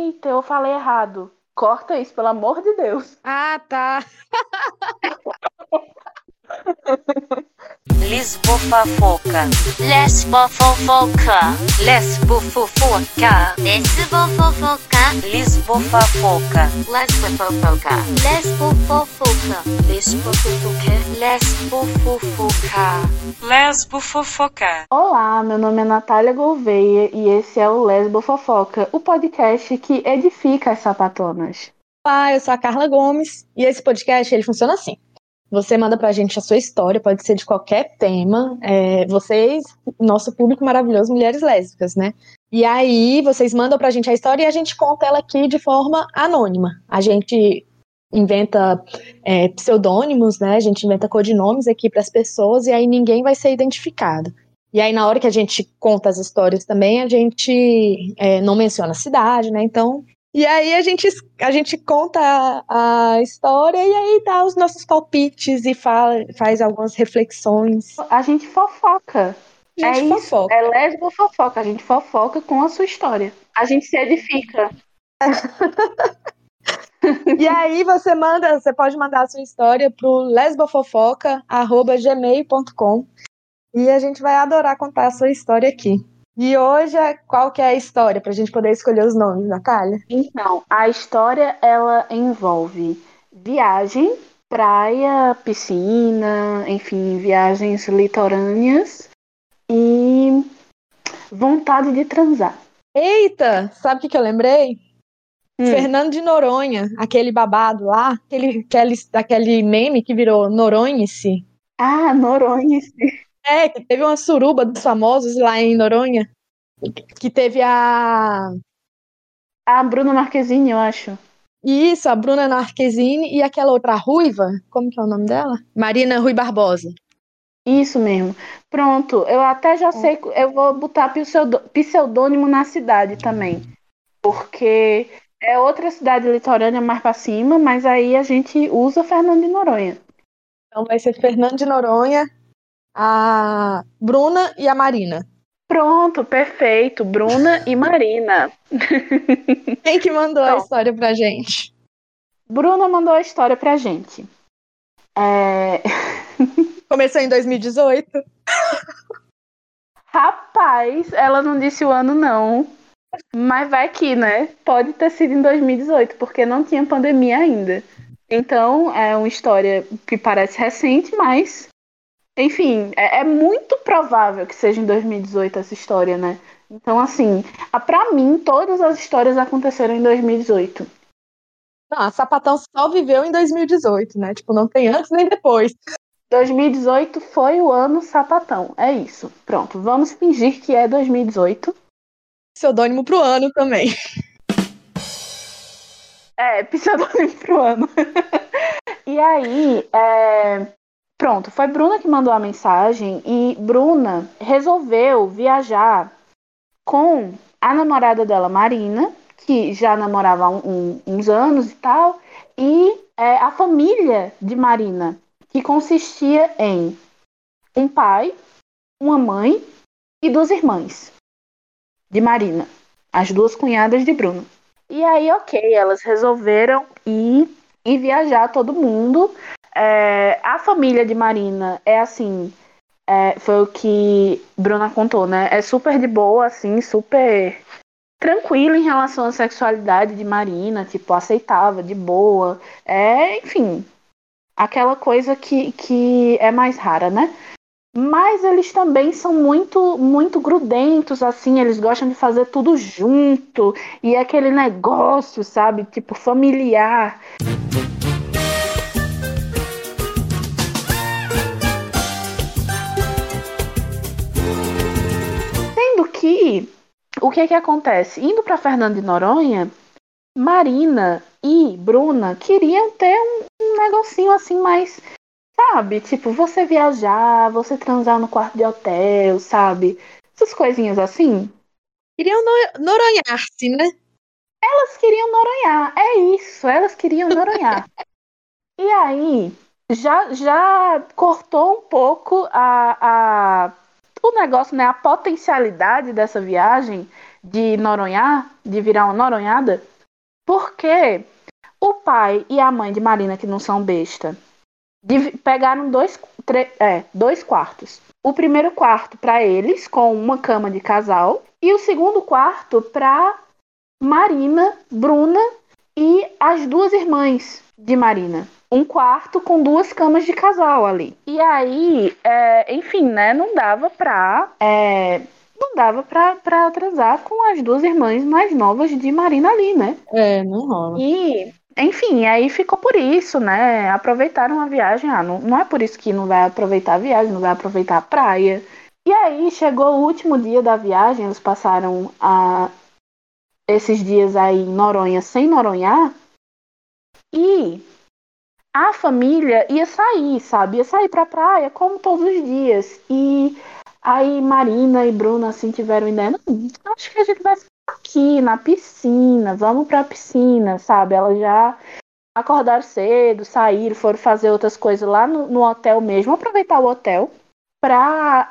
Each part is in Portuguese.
Eita, eu falei errado. Corta isso, pelo amor de Deus. Ah, tá. Lisbofofoca. Lesbofofoca. Lesbofofoca. Lesbofofoca. Lisbofofoca. Lesbofofoca. Lesbofofoca. Lesbofofoca. Lesbofofoca. Lesbofofoca. Olá, meu nome é Natália Gouveia e esse é o Lesbofofoca, o podcast que edifica as sapatonas. Olá, eu sou a Carla Gomes e esse podcast ele funciona assim. Você manda pra gente a sua história, pode ser de qualquer tema. Vocês, nosso público maravilhoso, mulheres lésbicas, né? E aí vocês mandam pra gente a história e a gente conta ela aqui de forma anônima. A gente inventa pseudônimos, né? A gente inventa codinomes aqui pras pessoas e aí ninguém vai ser identificado. E aí na hora que a gente conta as histórias também, a gente não menciona a cidade, né? Então... E aí a gente conta a história e aí dá os nossos palpites e faz algumas reflexões. A gente fofoca. A gente fofoca. Isso, é lesbofofoca. A gente fofoca com a sua história. A gente se edifica. E aí você pode mandar a sua história pro lesbofofoca@gmail.com e a gente vai adorar contar a sua história aqui. E hoje, qual que é a história, pra gente poder escolher os nomes, Natália? Então, a história, ela envolve viagem, praia, piscina, enfim, viagens litorâneas e vontade de transar. Eita, sabe o que eu lembrei? Fernando de Noronha, aquele babado lá, aquele meme que virou Noronha-se. Ah, Noronha. Que teve uma suruba dos famosos lá em Noronha, que teve a Bruna Marquezine, eu acho. Isso, a Bruna Marquezine e aquela outra ruiva, como que é o nome dela? Marina Rui Barbosa. Isso mesmo. Pronto, eu até já sei, eu vou botar pseudônimo na cidade também, porque é outra cidade litorânea mais pra cima, mas aí a gente usa Fernando de Noronha. Então vai ser Fernando de Noronha, a Bruna e a Marina. Pronto, perfeito. Bruna e Marina. Quem que mandou a história pra gente? Bruna mandou a história pra gente. Começou em 2018? Rapaz, ela não disse o ano, não. Mas vai que, né? Pode ter sido em 2018, porque não tinha pandemia ainda. Então, é uma história que parece recente, mas... Enfim, é muito provável que seja em 2018 essa história, né? Então, assim, pra mim, todas as histórias aconteceram em 2018. Não, a Sapatão só viveu em 2018, né? Tipo, não tem antes nem depois. 2018 foi o ano sapatão, é isso. Pronto, vamos fingir que é 2018. Pseudônimo pro ano também. Pseudônimo pro ano. E aí, pronto, foi Bruna que mandou a mensagem e Bruna resolveu viajar com a namorada dela, Marina, que já namorava há uns anos e tal, e a família de Marina, que consistia em um pai, uma mãe e duas irmãs de Marina, as duas cunhadas de Bruno. E aí, ok, elas resolveram ir e viajar todo mundo. A família de Marina é assim, foi o que Bruna contou, né? É super de boa, assim, super tranquilo em relação à sexualidade de Marina, tipo, aceitava, de boa. Enfim, aquela coisa que é mais rara, né? Mas eles também são muito, muito grudentos, assim, eles gostam de fazer tudo junto, e é aquele negócio, sabe, tipo, familiar. Sendo que, o que acontece? Indo para Fernando de Noronha, Marina e Bruna queriam ter um negocinho assim mais, sabe? Tipo, você viajar, você transar no quarto de hotel, sabe? Essas coisinhas assim. Queriam noronhar-se, né? Elas queriam noronhar, é isso, elas queriam noronhar. E aí, já cortou um pouco o negócio, né? A potencialidade dessa viagem de noronhar, de virar uma noronhada, Porque o pai e a mãe de Marina, que não são besta, pegaram dois quartos. O primeiro quarto para eles, com uma cama de casal, e o segundo quarto para Marina, Bruna e as duas irmãs de Marina. Um quarto com duas camas de casal ali. E aí, enfim, né, não dava pra transar com as duas irmãs mais novas de Marina ali, né? Não rola. E, enfim, aí ficou por isso, né? Aproveitaram a viagem. Não é por isso que não vai aproveitar a viagem, não vai aproveitar a praia. E aí chegou o último dia da viagem, eles passaram esses dias aí em Noronha sem noronhar. E a família ia sair, sabe? Ia sair pra praia como todos os dias. E aí Marina e Bruna, assim, tiveram ideia. Não, acho que a gente vai ficar aqui na piscina, vamos pra piscina, sabe? Elas já acordaram cedo, saíram, foram fazer outras coisas lá no hotel mesmo, aproveitar o hotel pra,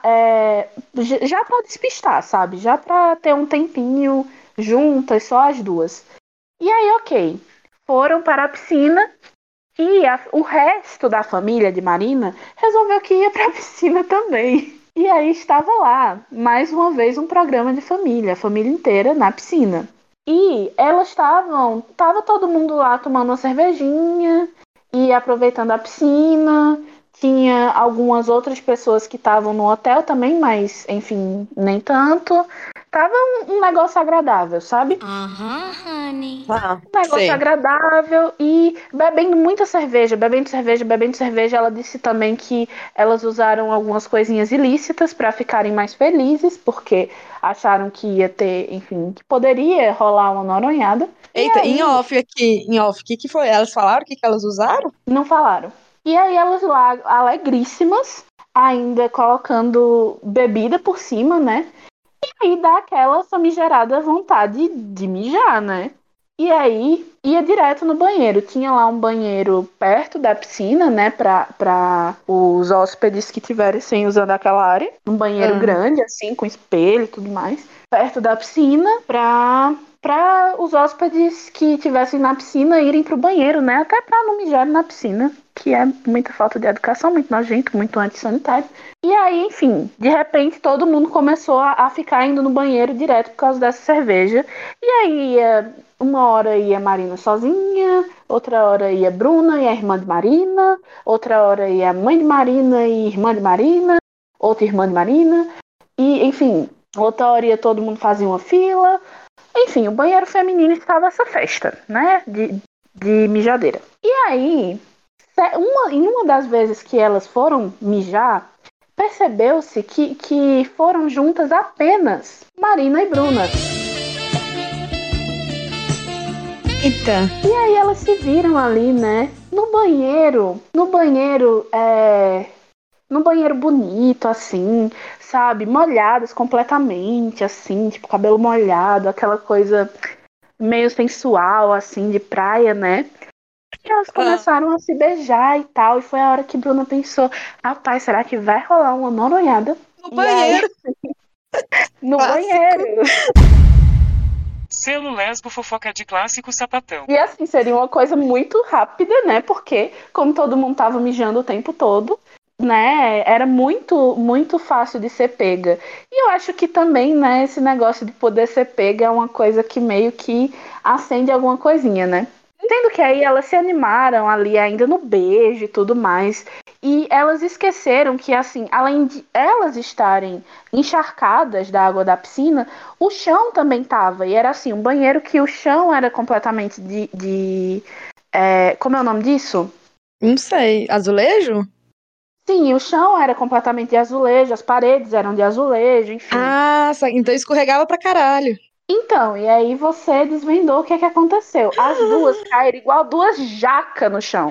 já pra despistar, sabe? Já pra ter um tempinho juntas, só as duas. E aí, ok, foram para a piscina e o resto da família de Marina resolveu que ia para a piscina também. E aí estava lá, mais uma vez, um programa de família, a família inteira na piscina. E elas tava todo mundo lá tomando uma cervejinha e aproveitando a piscina. Tinha algumas outras pessoas que estavam no hotel também, mas, enfim, nem tanto. Tava um negócio agradável, sabe? Honey. Um negócio agradável e bebendo muita cerveja, bebendo cerveja, bebendo cerveja. Ela disse também que elas usaram algumas coisinhas ilícitas para ficarem mais felizes, porque acharam que ia ter, enfim, que poderia rolar uma noronhada. Eita, aí, em off, o que foi? Elas falaram o que elas usaram? não falaram. E aí elas lá, alegríssimas, ainda colocando bebida por cima, né? E aí dá aquela famigerada vontade de mijar, né? E aí ia direto no banheiro. Tinha lá um banheiro perto da piscina, né? Pra os hóspedes que tivessem usando aquela área. Um banheiro grande, assim, com espelho e tudo mais. Perto da piscina, pra os hóspedes que tivessem na piscina irem pro banheiro, né? Até pra não mijar na piscina, que é muita falta de educação, muito nojento, muito antissanitário. E aí, enfim, de repente todo mundo começou a ficar indo no banheiro direto por causa dessa cerveja. E aí uma hora ia Marina sozinha, outra hora ia Bruna e a irmã de Marina, outra hora ia a mãe de Marina e irmã de Marina, outra irmã de Marina. E, enfim, outra hora ia todo mundo fazia uma fila. Enfim, o banheiro feminino estava essa festa, né? De mijadeira. E aí, em uma das vezes que elas foram mijar, percebeu-se que foram juntas apenas Marina e Bruna. Eita. E aí elas se viram ali, né? No banheiro bonito, assim, sabe? Molhadas completamente, assim, tipo, cabelo molhado, aquela coisa meio sensual, assim, de praia, né? E elas começaram a se beijar e tal, e foi a hora que Bruna pensou, rapaz, será que vai rolar uma noronhada? No banheiro. No Clássico. banheiro. Selo lésbo fofoca de clássico sapatão. E assim, seria uma coisa muito rápida, né? Porque, como todo mundo tava mijando o tempo todo, né? Era muito, muito fácil de ser pega. E eu acho que também, né, esse negócio de poder ser pega é uma coisa que meio que acende alguma coisinha, né? Entendo que aí elas se animaram ali ainda no beijo e tudo mais. E elas esqueceram que, assim, além de elas estarem encharcadas da água da piscina, o chão também tava. E era assim, um banheiro que o chão era completamente como é o nome disso? Não sei. Azulejo? Sim, o chão era completamente de azulejo, as paredes eram de azulejo, enfim. Então escorregava pra caralho. Então, e aí você desvendou o que aconteceu. As duas caíram igual duas jacas no chão.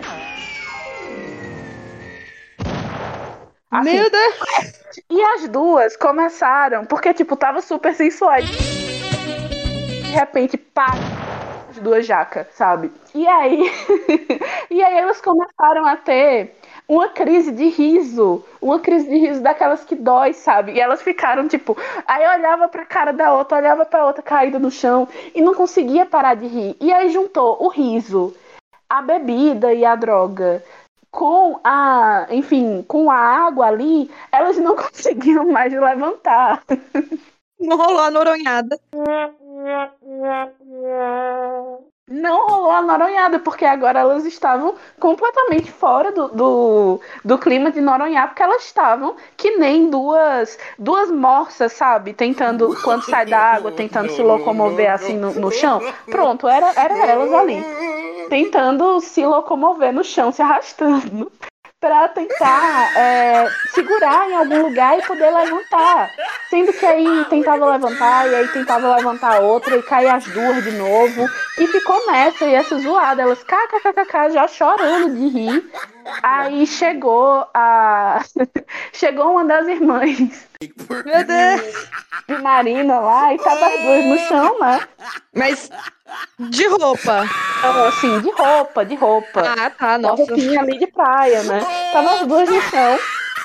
Assim, Meu Deus. e as duas começaram, porque, tipo, tava super sensual. De repente, pá, as duas jacas, sabe? E aí, e aí elas começaram a ter uma crise de riso daquelas que dói, sabe? E elas ficaram, tipo, aí eu olhava pra cara da outra, olhava pra outra caída no chão e não conseguia parar de rir. E aí juntou o riso, a bebida e a droga com a água ali, elas não conseguiam mais levantar. Não rolou a noronhada. Não rolou a noronhada, porque agora elas estavam completamente fora do clima de noronhar, porque elas estavam que nem duas morsas, sabe? Tentando, quando sai da água, tentando se locomover assim no chão. Pronto, era elas ali, tentando se locomover no chão, se arrastando, para tentar segurar em algum lugar e poder levantar. Sendo que aí tentava levantar, e aí tentava levantar outra, e caía as duas de novo. E ficou nessa, e essa zoada. Elas kkkk, já chorando de rir. Aí chegou chegou uma das irmãs Meu Deus! de Marina lá, e tava as duas no chão, né? Mas de roupa. Então, assim, de roupa. Ah, tá, Uma nossa. roupinha ali de praia, né? Tava as duas no chão,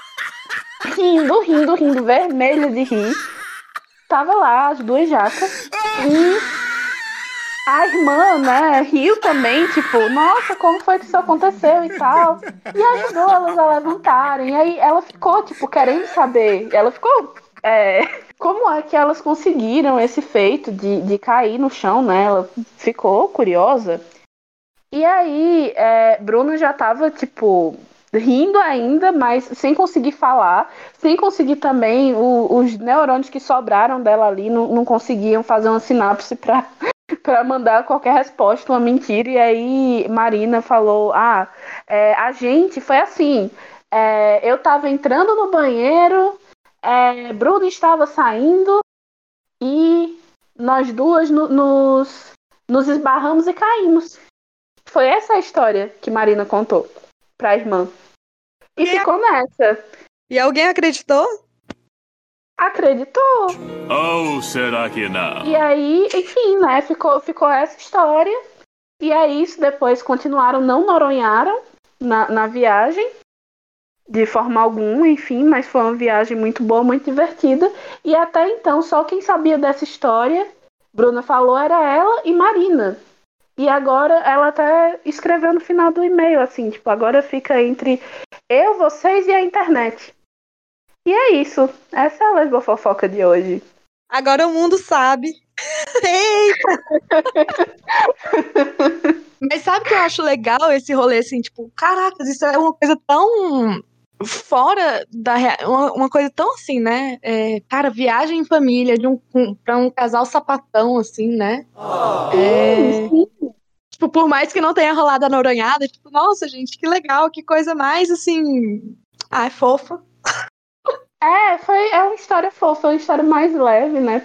rindo, vermelha de rir. Tava lá as duas jacas. E a irmã, né, riu também, tipo, nossa, como foi que isso aconteceu e tal. E ajudou elas a levantarem. E aí ela ficou, tipo, querendo saber. Ela ficou. Como é que elas conseguiram esse feito de cair no chão, né? Ela ficou curiosa. E aí, Bruna já tava, tipo, rindo ainda, mas sem conseguir falar, sem conseguir também, os neurônios que sobraram dela ali não conseguiam fazer uma sinapse pra mandar qualquer resposta, uma mentira. E aí, Marina falou, a gente foi assim, eu tava entrando no banheiro, Bruna estava saindo e nós duas nos esbarramos e caímos. Foi essa a história que Marina contou pra irmã. E ficou nessa. E alguém acreditou? Acreditou. Ou será que não? E aí, enfim, né? Ficou essa história. E aí, isso depois continuaram, não noronharam na viagem, de forma alguma, enfim, mas foi uma viagem muito boa, muito divertida. E até então, só quem sabia dessa história, Bruna falou, era ela e Marina. E agora ela até escreveu no final do e-mail, assim, tipo, agora fica entre eu, vocês e a internet. E é isso. Essa é a lesbofofoca de hoje. Agora o mundo sabe. Eita! Mas sabe o que eu acho legal esse rolê, assim, tipo, caracas, isso é uma coisa tão fora da uma coisa tão assim, né? Cara, viagem em família pra um casal sapatão, assim, né? Sim. Tipo, por mais que não tenha rolado a noronhada, tipo, nossa, gente, que legal, que coisa mais, assim... é fofa. É uma história fofa, uma história mais leve, né?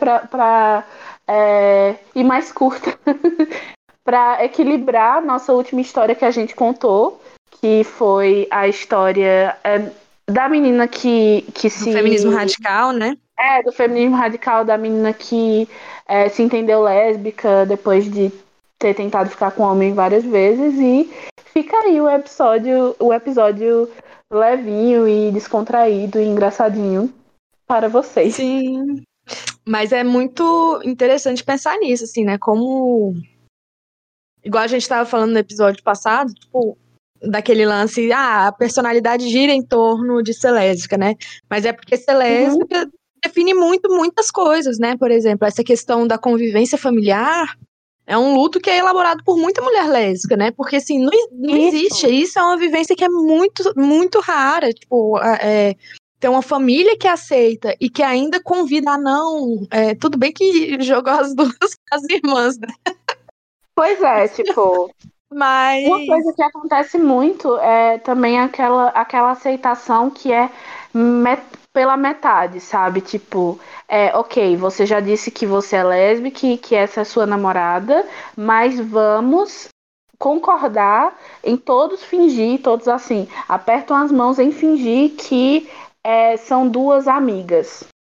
E mais curta. Pra equilibrar a nossa última história que a gente contou, que foi a história da menina que Do feminismo radical, né? Do feminismo radical, da menina que se entendeu lésbica depois de ter tentado ficar com homem várias vezes. E fica aí o episódio levinho e descontraído e engraçadinho para vocês. Sim. Mas é muito interessante pensar nisso, assim, né? Como... Igual a gente estava falando no episódio passado, tipo, daquele lance, a personalidade gira em torno de ser lésbica, né? Mas é porque ser lésbica define muitas coisas, né? Por exemplo, essa questão da convivência familiar é um luto que é elaborado por muita mulher lésbica, né? Porque, assim, não existe. Isso é uma vivência que é muito rara. Tipo, ter uma família que aceita e que ainda convida a não... tudo bem que jogou as irmãs, né? Pois é, tipo... Mas... Uma coisa que acontece muito é também aquela aceitação que é pela metade, sabe? Tipo, ok, você já disse que você é lésbica e que essa é sua namorada, mas vamos concordar em todos fingir, todos assim, apertam as mãos em fingir que são duas amigas.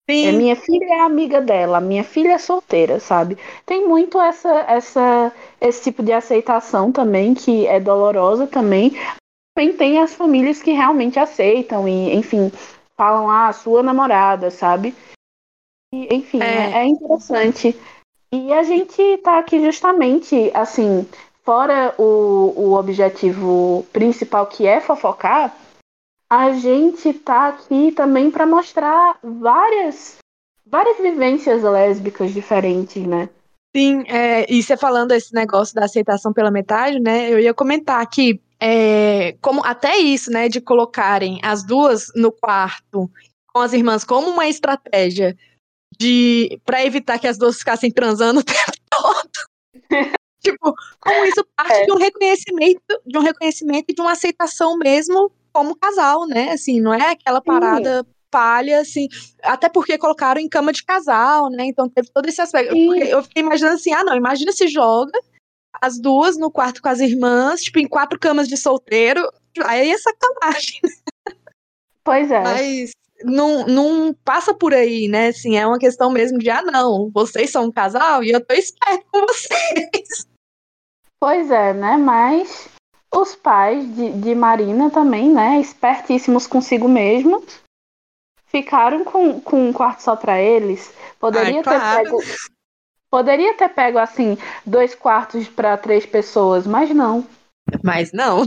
Sim, Minha filha é amiga dela, minha filha é solteira, sabe? Tem muito esse tipo de aceitação também, que é dolorosa também. Também tem as famílias que realmente aceitam e, enfim, falam, sua namorada, sabe? E, enfim, é interessante. E a gente tá aqui justamente, assim, fora o objetivo principal, que é fofocar, a gente tá aqui também para mostrar várias vivências lésbicas diferentes, né? sim. E você falando esse negócio da aceitação pela metade, né? Eu ia comentar que como até isso, né, de colocarem as duas no quarto com as irmãs como uma estratégia para evitar que as duas ficassem transando o tempo todo. Tipo, como isso parte de um reconhecimento e de uma aceitação mesmo como casal, né? Assim, não é aquela parada palha, assim, até porque colocaram em cama de casal, né? Então teve todo esse aspecto. Porque eu fiquei imaginando assim, não, imagina se joga as duas no quarto com as irmãs, tipo, em 4 camas de solteiro, aí é sacanagem. Pois é. Mas não passa por aí, né? Assim, é uma questão mesmo de, não, vocês são um casal e eu tô esperto com vocês. Pois é, né? Mas os pais de Marina também, né? Espertíssimos consigo mesmos, ficaram com um quarto só para eles. Claro. Poderia ter pego assim 2 quartos para 3 pessoas, mas não. Mas não.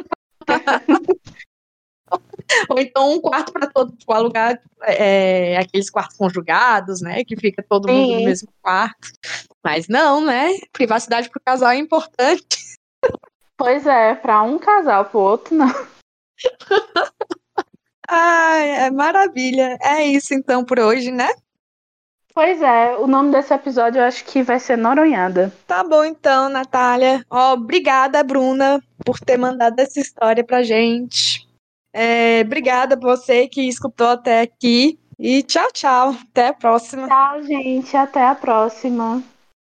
Ou então um quarto para todos, tipo, alugar aqueles quartos conjugados, né? Que fica todo mundo no Sim. mesmo quarto. Mas não, né? Privacidade pro casal é importante. Pois é, para um casal, pro outro não. Ai, é maravilha. É isso então por hoje, né? Pois é, o nome desse episódio eu acho que vai ser Noronhada. Tá bom então, Natália. Obrigada, Bruna, por ter mandado essa história pra gente. Obrigada por você que escutou até aqui. E tchau, tchau. Até a próxima. Tchau, gente. Até a próxima.